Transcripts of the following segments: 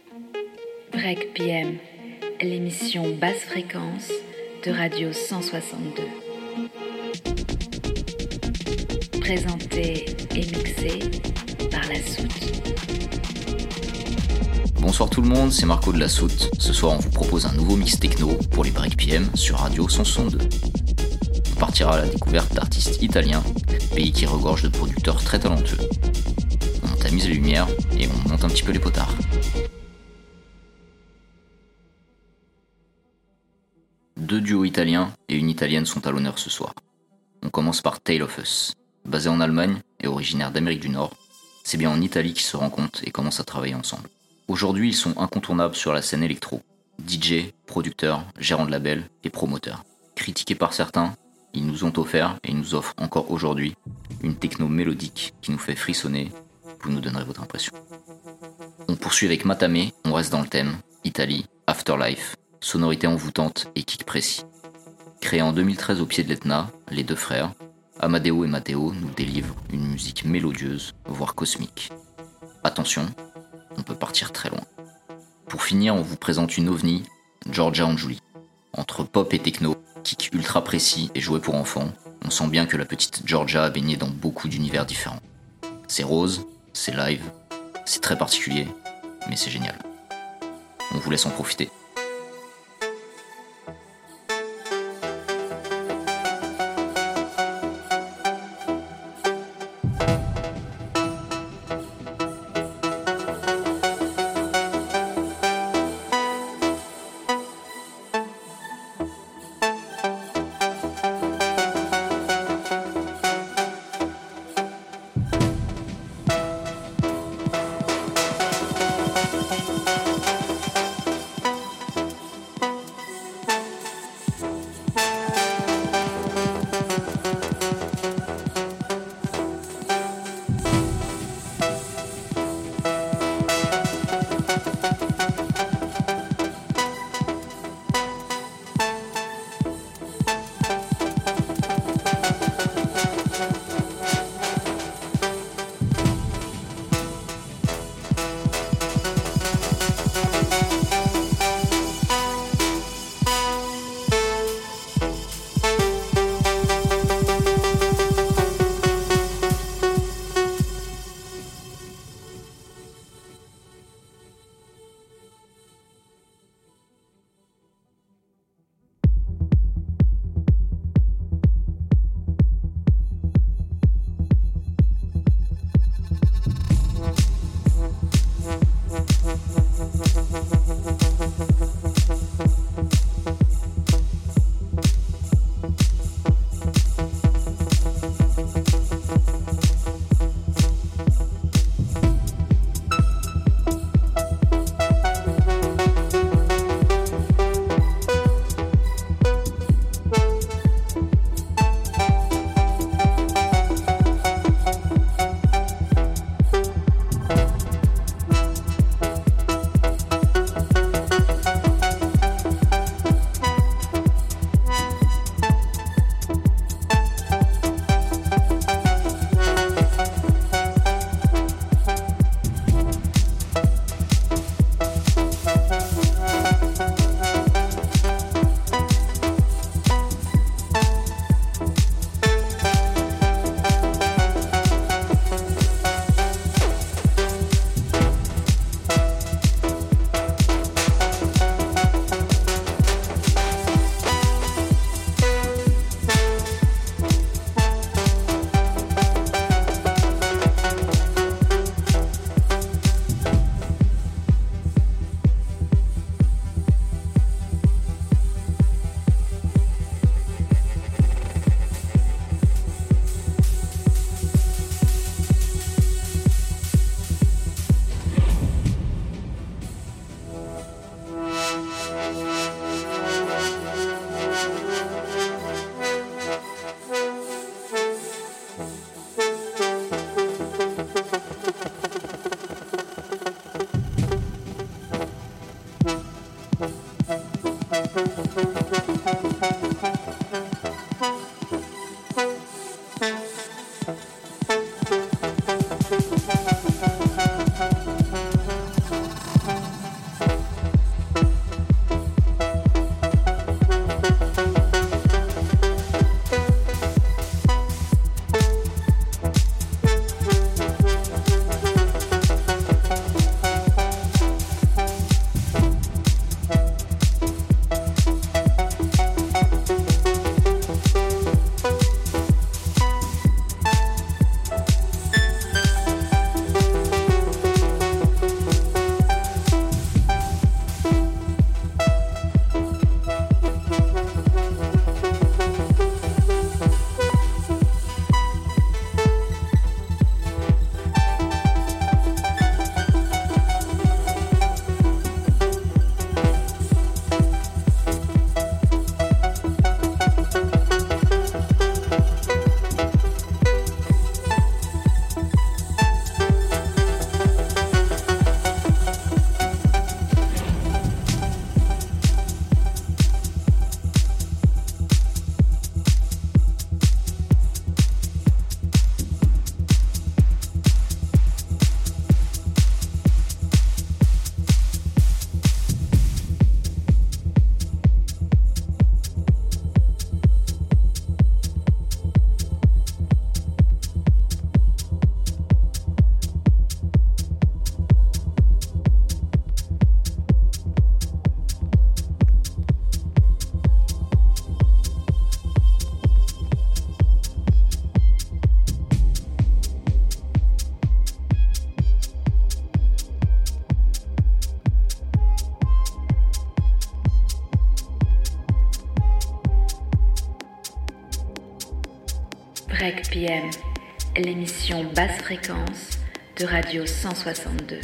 Break PM, l'émission basse fréquence de Radio 162. Présentée et mixée par La Soute. Bonsoir tout le monde, c'est Marco de La Soute. Ce soir, on vous propose un nouveau mix techno pour les Break PM sur Radio 162. On partira à la découverte d'artistes italiens, pays qui regorge de producteurs très talentueux. On tamise les lumières et on monte un petit peu les potards. Deux duos italiens et une italienne sont à l'honneur ce soir. On commence par Tale of Us. Basé en Allemagne et originaire d'Amérique du Nord, c'est bien en Italie qu'ils se rencontrent et commencent à travailler ensemble. Aujourd'hui, ils sont incontournables sur la scène électro. DJ, producteurs, gérants de label et promoteurs. Critiqués par certains, ils nous ont offert et nous offrent encore aujourd'hui une techno mélodique qui nous fait frissonner. Vous nous donnerez votre impression. On poursuit avec Matame, on reste dans le thème, Italie, Afterlife, sonorité envoûtante et kick précis. Créés en 2013 au pied de l'Etna, les deux frères, Amadeo et Matteo, nous délivrent une musique mélodieuse, voire cosmique. Attention, on peut partir très loin. Pour finir, on vous présente une ovni, Giorgia Angiuli. Entre pop et techno, kick ultra précis et joué pour enfants, on sent bien que la petite Giorgia a baigné dans beaucoup d'univers différents. C'est rose, c'est live, c'est très particulier, mais c'est génial. On vous laisse en profiter. Requiem, l'émission basse fréquence de Radio 162.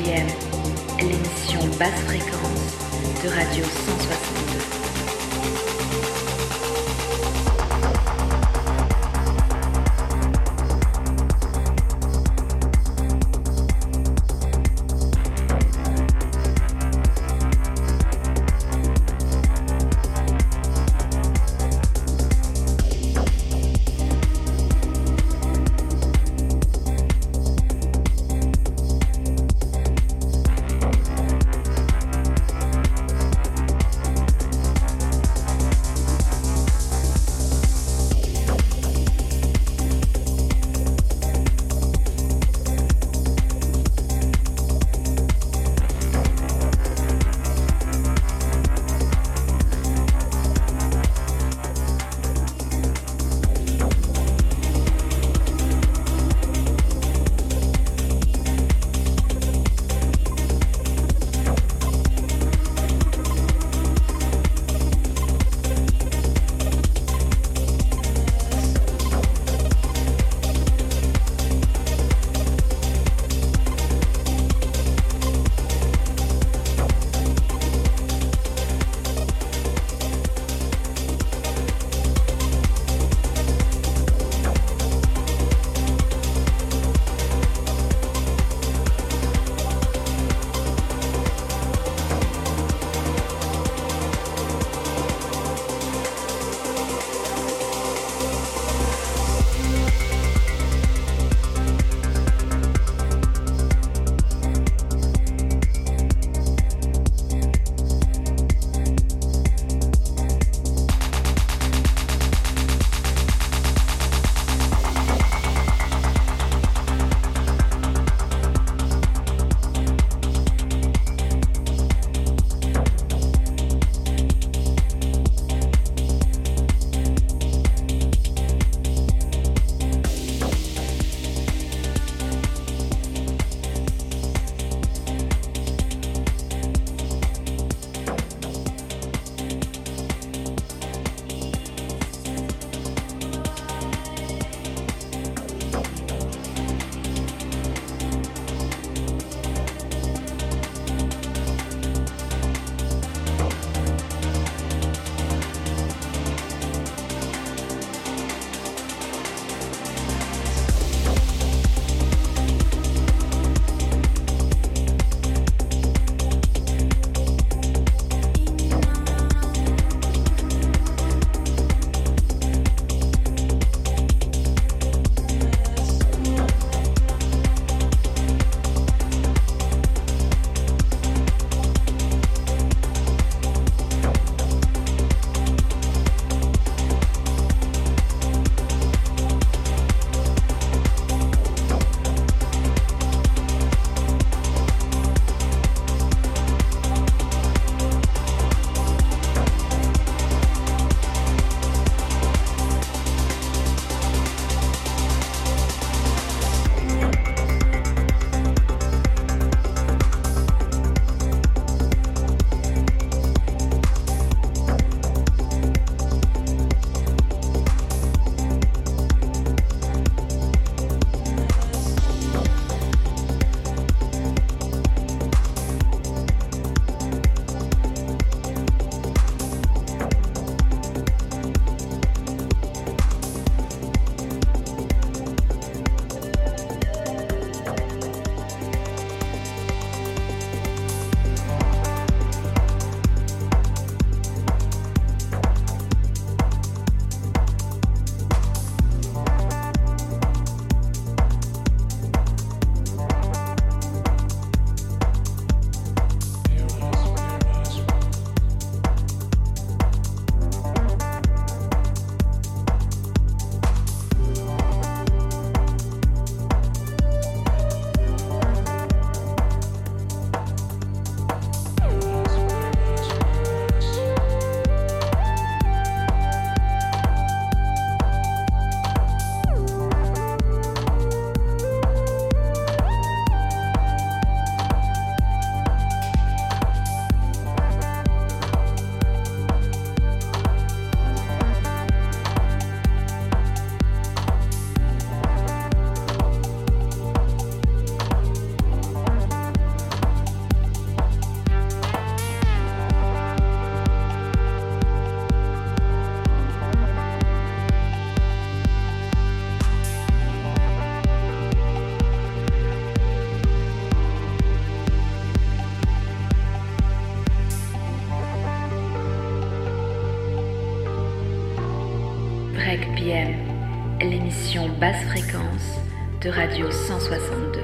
RJM, l'émission basse fréquence de Radio 162. Requiem, l'émission basse fréquence de Radio 162.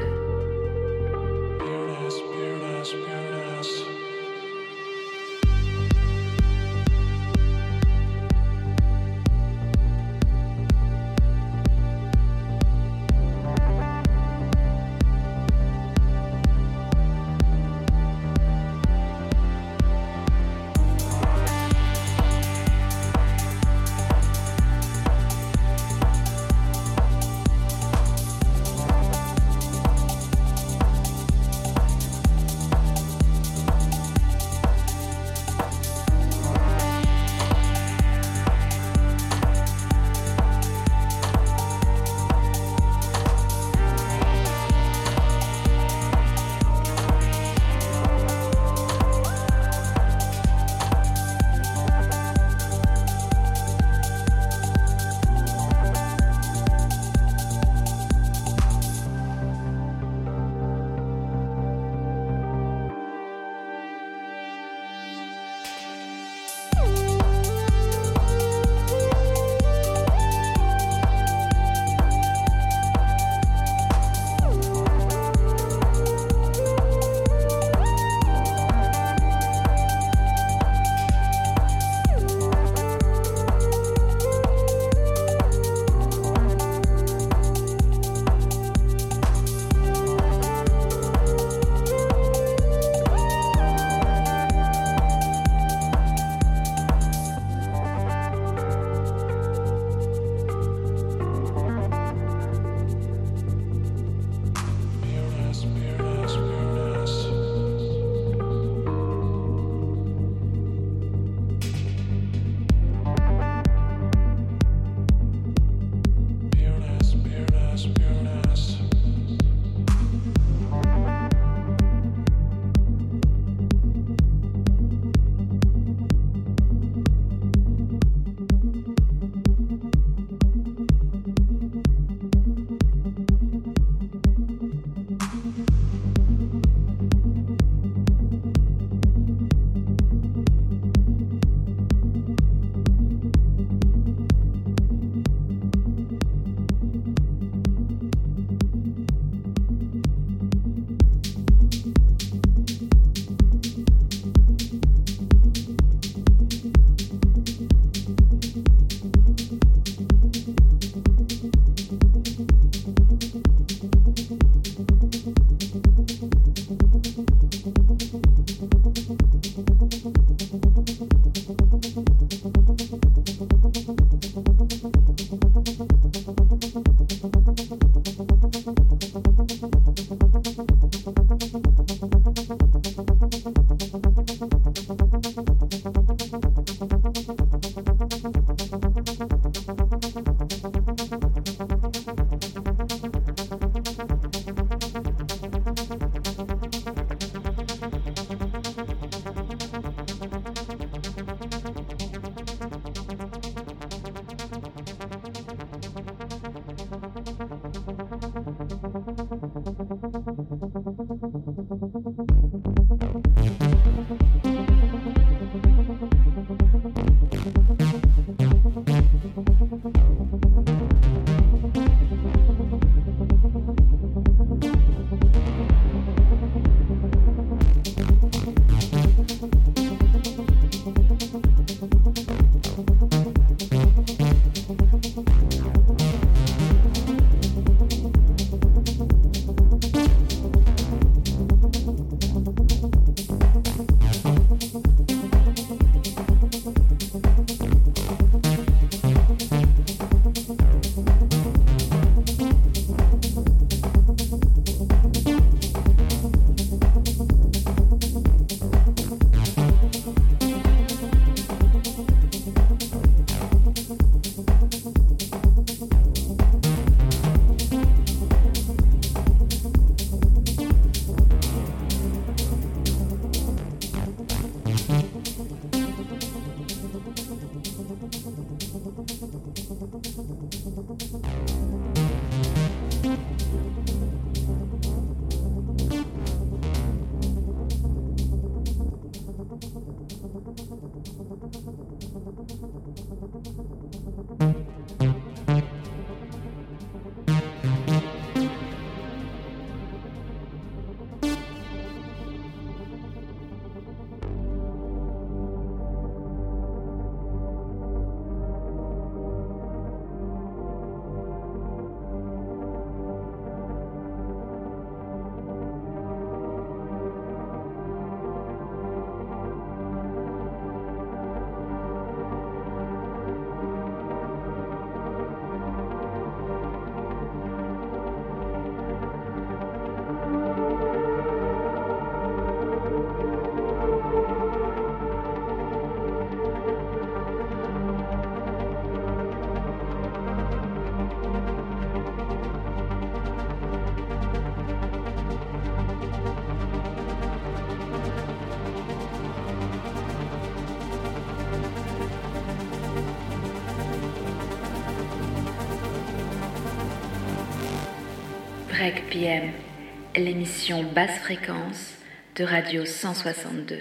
Break PM, l'émission basse fréquence de Radio 162.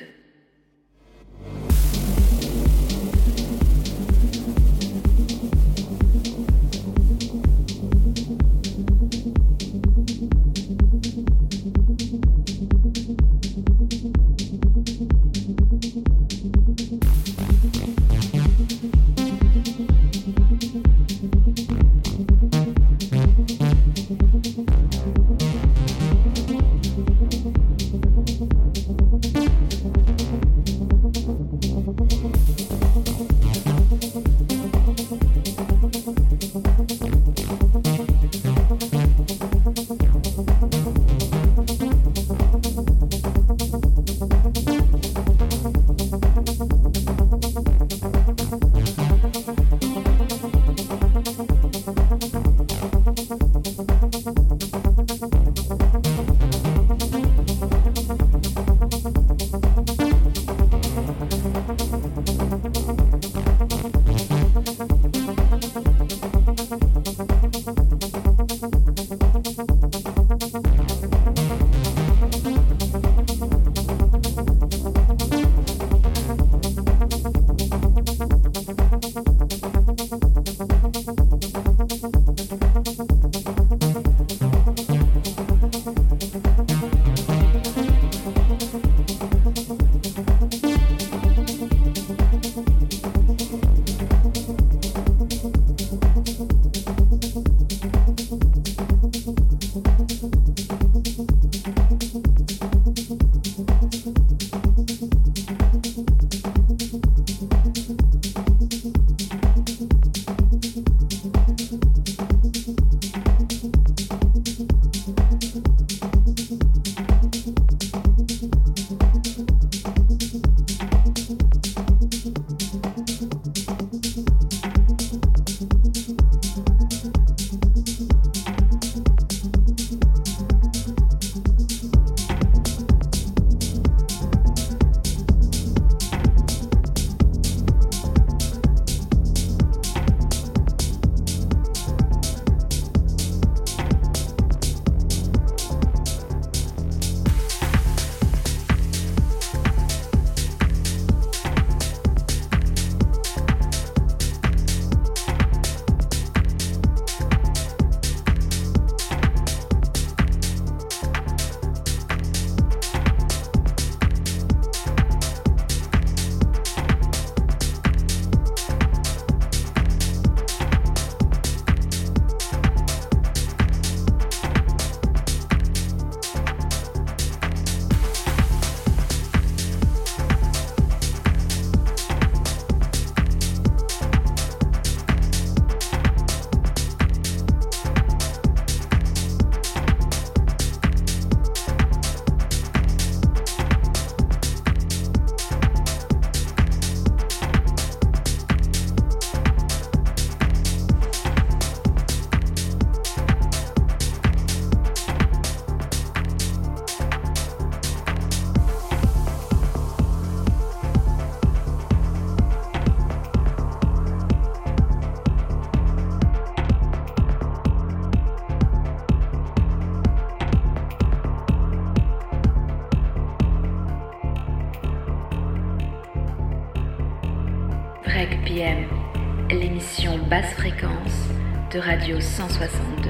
Break PM, l'émission basse fréquence de Radio 162.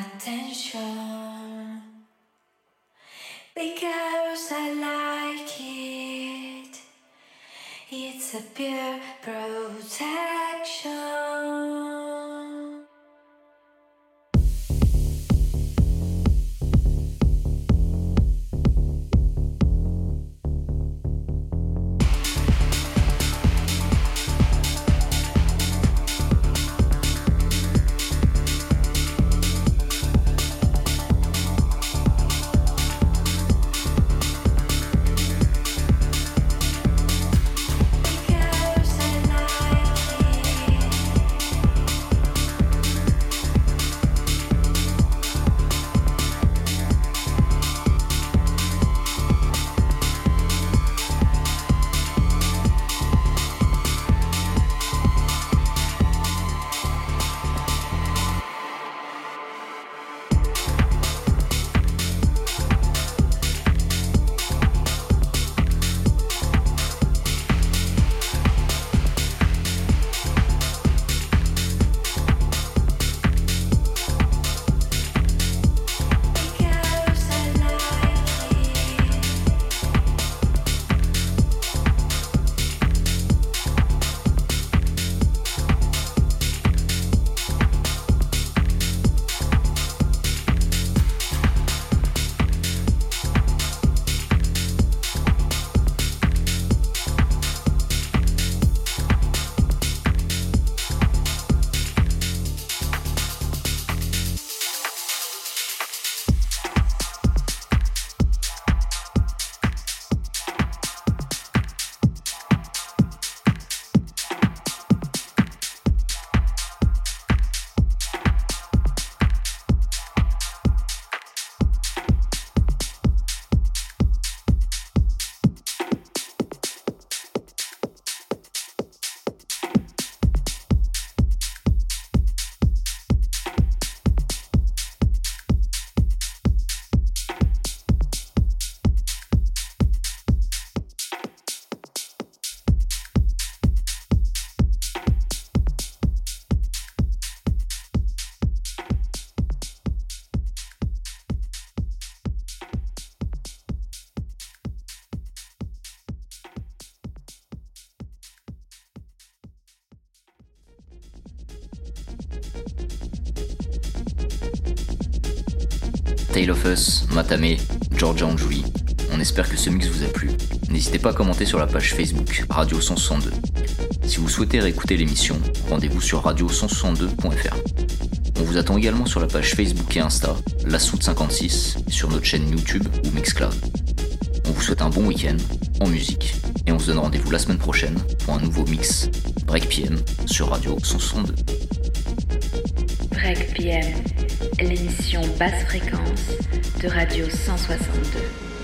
attention because I like it. It's a pure protection. Tale of Us, Matame, Georgia Anjouli. On espère que ce mix vous a plu. N'hésitez pas à commenter sur la page Facebook Radio 162. Si vous souhaitez réécouter l'émission, rendez-vous sur radio162.fr. On vous attend également sur la page Facebook et Insta, La Soute 56, sur notre chaîne YouTube ou Mixcloud. On vous souhaite un bon week-end en musique et on se donne rendez-vous la semaine prochaine pour un nouveau mix Break PM sur Radio 162. Break PM, l'émission basse fréquence de Radio 162.